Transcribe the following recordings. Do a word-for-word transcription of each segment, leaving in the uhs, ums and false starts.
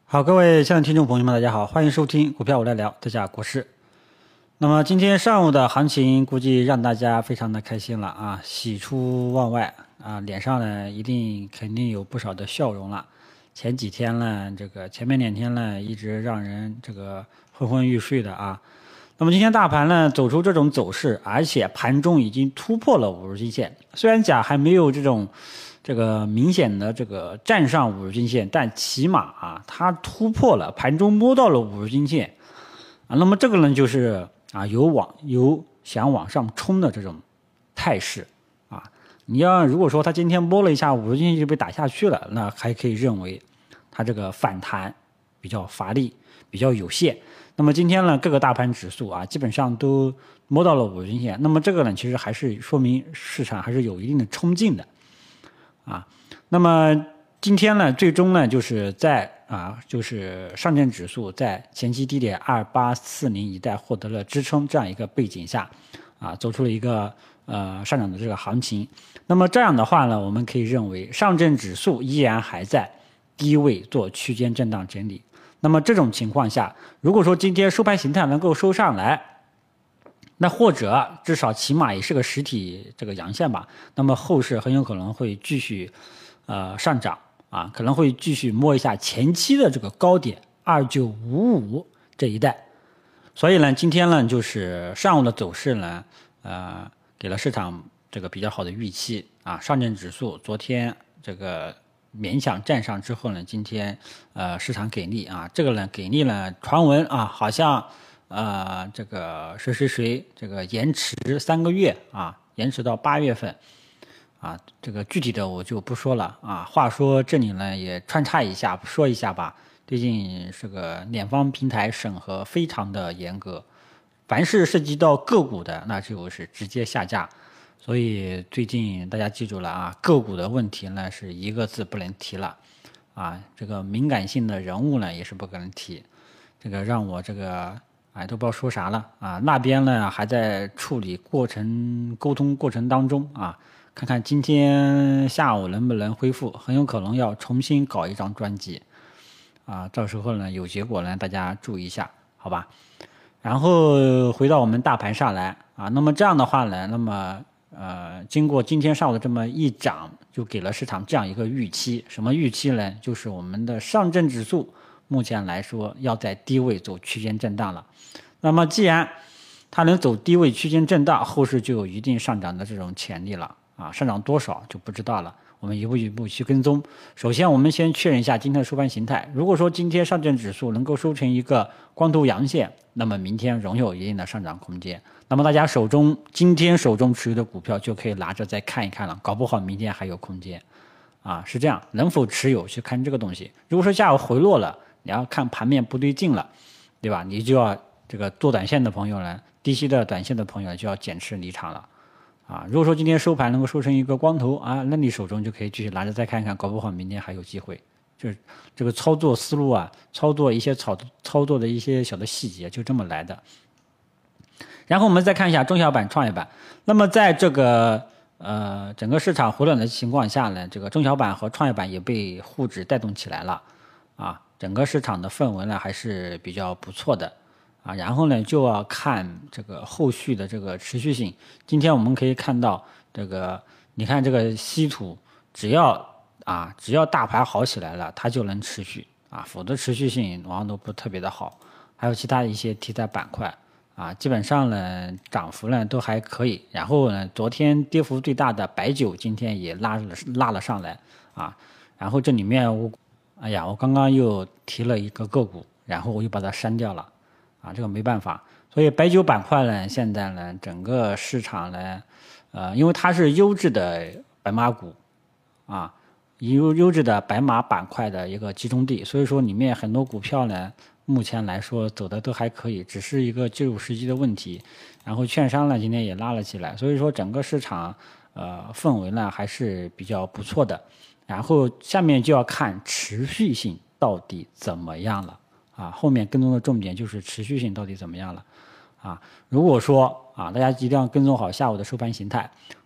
好，各位亲爱的听众朋友们，大家好，欢迎收听股票我来聊，这家国事。那么今天上午的行情估计让大家非常的开心了啊，喜出望外啊，脸上呢一定肯定有不少的笑容了。前几天呢，这个前面两天呢，一直让人这个昏昏欲睡的啊。那么今天大盘呢走出这种走势，而且盘中已经突破了五日均线，虽然讲还没有这种这个明显的这个站上五日均线，但起码啊它突破了，盘中摸到了五日均线啊，那么这个呢就是啊有往有想往上冲的这种态势啊。你要如果说它今天摸了一下五日均线就被打下去了，那还可以认为它这个反弹比较乏力，比较有限。那么今天呢，各个大盘指数啊，基本上都摸到了五日均线。那么这个呢，其实还是说明市场还是有一定的冲劲的，啊。那么今天呢，最终呢，就是在啊，就是上证指数在前期低点二八四零一带获得了支撑，这样一个背景下，啊，走出了一个呃上涨的这个行情。那么这样的话呢，我们可以认为上证指数依然还在低位做区间震荡整理。那么这种情况下，如果说今天收盘形态能够收上来，那或者至少起码也是个实体这个阳线吧，那么后市很有可能会继续呃上涨啊，可能会继续摸一下前期的这个高点二九五五这一带。所以呢，今天呢就是上午的走势呢，呃，给了市场这个比较好的预期啊。上证指数昨天这个勉强站上之后呢，今天呃市场给力啊，这个呢给力呢传闻啊，好像呃这个谁谁谁这个延迟三个月啊，延迟到八月份啊，这个具体的我就不说了啊。话说这里呢也穿插一下说一下吧，最近这个两方平台审核非常的严格，凡是涉及到个股的那就是直接下架。所以最近大家记住了啊，个股的问题呢是一个字不能提了啊，这个敏感性的人物呢也是不可能提，这个让我这个哎都不知道说啥了啊。那边呢还在处理过程沟通过程当中啊，看看今天下午能不能恢复，很有可能要重新搞一张专辑啊，到时候呢有结果呢大家注意一下，好吧。然后回到我们大盘上来啊，那么这样的话呢，那么呃，经过今天上午的这么一涨，就给了市场这样一个预期。什么预期呢？就是我们的上证指数目前来说要在低位走区间震荡了。那么既然它能走低位区间震荡，后市就有一定上涨的这种潜力了啊。上涨多少就不知道了，我们一步一步去跟踪。首先我们先确认一下今天的收盘形态。如果说今天上证指数能够收成一个光头阳线，那么明天仍有一定的上涨空间。那么大家手中今天手中持有的股票就可以拿着再看一看了，搞不好明天还有空间啊，是这样，能否持有去看这个东西。如果说下午回落了，你要看盘面不对劲了，对吧？你就要这个做短线的朋友呢，低吸的短线的朋友就要减持离场了啊。如果说今天收盘能够收成一个光头啊，那你手中就可以继续拿着再看看，搞不好明天还有机会。就是这个操作思路啊，操作一些操操作的一些小的细节，就这么来的。然后我们再看一下中小板、创业板。那么在这个呃整个市场回暖的情况下呢，这个中小板和创业板也被沪指带动起来了啊，整个市场的氛围呢还是比较不错的啊。然后呢就要看这个后续的这个持续性。今天我们可以看到这个，你看这个稀土，只要啊只要大盘好起来了，它就能持续啊，否则持续性往往都不特别的好。还有其他的一些题材板块。啊，基本上呢涨幅呢都还可以，然后呢昨天跌幅最大的白酒今天也拉了拉了上来啊，然后这里面我哎呀我刚刚又提了一个个股，然后我又把它删掉了啊，这个没办法。所以白酒板块呢现在呢整个市场呢呃因为它是优质的白马股啊，优优质的白马板块的一个集中地，所以说里面很多股票呢目前来说走的都还可以，只是一个介入时机的问题。然后券商呢今天也拉了起来，所以说整个市场呃氛围呢还是比较不错的。然后下面就要看持续性到底怎么样了啊，后面跟踪的重点就是持续性到底怎么样了啊。如果说啊大家一定要跟踪好下午的收盘形态，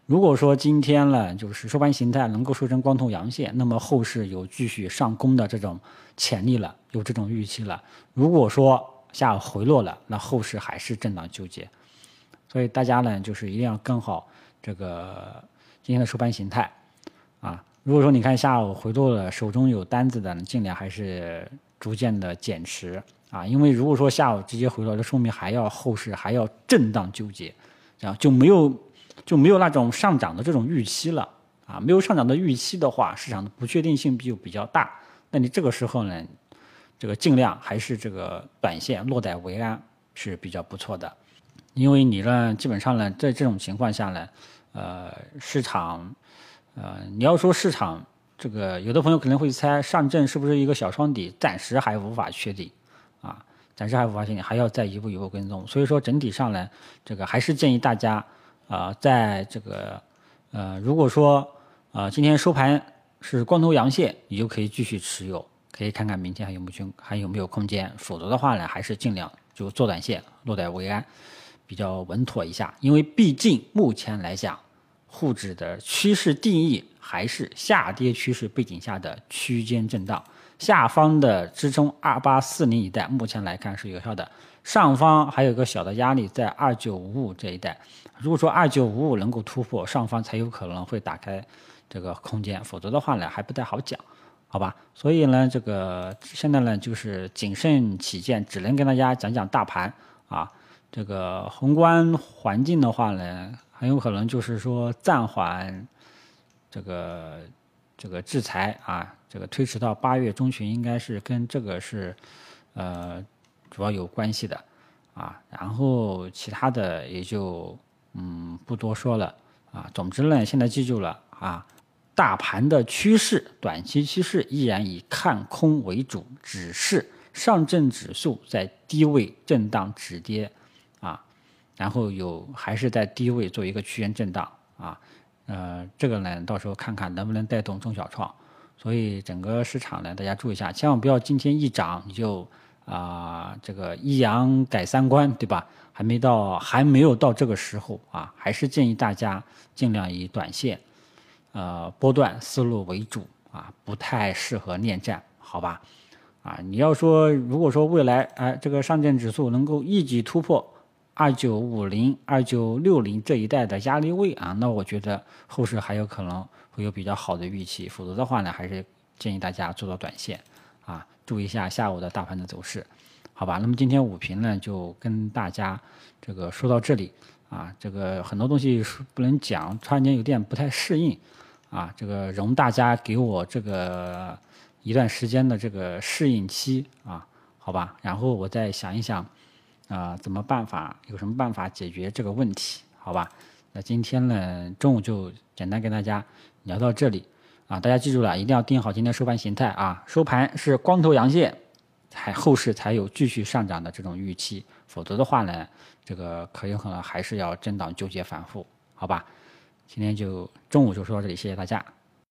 如果说今天呢，就是收盘形态能够收成光头阳线，那么后市有继续上攻的这种潜力了，有这种预期了。如果说下午回落了，那后市还是震荡纠结。所以大家呢，就是一定要跟好这个今天的收盘形态啊。如果说你看下午回落了，手中有单子的，尽量还是逐渐的减持啊，因为如果说下午直接回落，这说明还要后市还要震荡纠结，然后就没有。就没有那种上涨的这种预期了啊，没有上涨的预期的话，市场的不确定性就比较大。那你这个时候呢，这个尽量还是这个短线落袋为安是比较不错的，因为你呢，基本上呢，在这种情况下呢，呃，市场，呃，你要说市场这个，有的朋友可能会猜上证是不是一个小双底，暂时还无法确定啊，暂时还无法确定，还要再一步一步跟踪。所以说整体上呢，这个还是建议大家。啊、呃，在这个呃，如果说呃今天收盘是光头阳线，你就可以继续持有，可以看看明天还有没有还有没有空间。否则的话呢，还是尽量就做短线，落袋为安，比较稳妥一下。因为毕竟目前来讲，沪指的趋势定义还是下跌趋势背景下的区间震荡，下方的支撑二八四零一带，目前来看是有效的。上方还有一个小的压力在二九五五这一带，如果说二九五五能够突破，上方才有可能会打开这个空间，否则的话呢还不太好讲，好吧？所以呢，这个现在呢就是谨慎起见，只能跟大家讲讲大盘啊。这个宏观环境的话呢，很有可能就是说暂缓这个这个制裁啊，这个推迟到八月中旬，应该是跟这个是呃。主要有关系的啊，然后其他的也就嗯不多说了啊。总之呢，现在记住了啊，大盘的趋势，短期趋势依然以看空为主，只是上证指数在低位震荡止跌啊，然后有还是在低位做一个区间震荡啊，呃，这个呢到时候看看能不能带动中小创。所以整个市场呢，大家注意一下，千万不要今天一涨你就。啊、呃，这个一阳改三观，对吧？还没到，还没有到这个时候啊，还是建议大家尽量以短线，呃，波段思路为主啊，不太适合恋战，好吧？啊，你要说如果说未来哎、呃，这个上证指数能够一举突破二九五零、二九六零这一带的压力位啊，那我觉得后市还有可能会有比较好的预期，否则的话呢，还是建议大家做到短线啊。注意一下下午的大盘的走势，好吧？那么今天午评呢，就跟大家这个说到这里啊。这个很多东西不能讲，突然间有点不太适应啊。这个容大家给我这个一段时间的这个适应期啊，好吧？然后我再想一想啊，怎么办法，有什么办法解决这个问题，好吧？那今天呢，中午就简单跟大家聊到这里。啊，大家记住了，一定要盯好今天收盘形态啊！收盘是光头阳线，才后市才有继续上涨的这种预期，否则的话呢，这个可有可能还是要震荡纠结反复，好吧？今天就中午就说到这里，谢谢大家。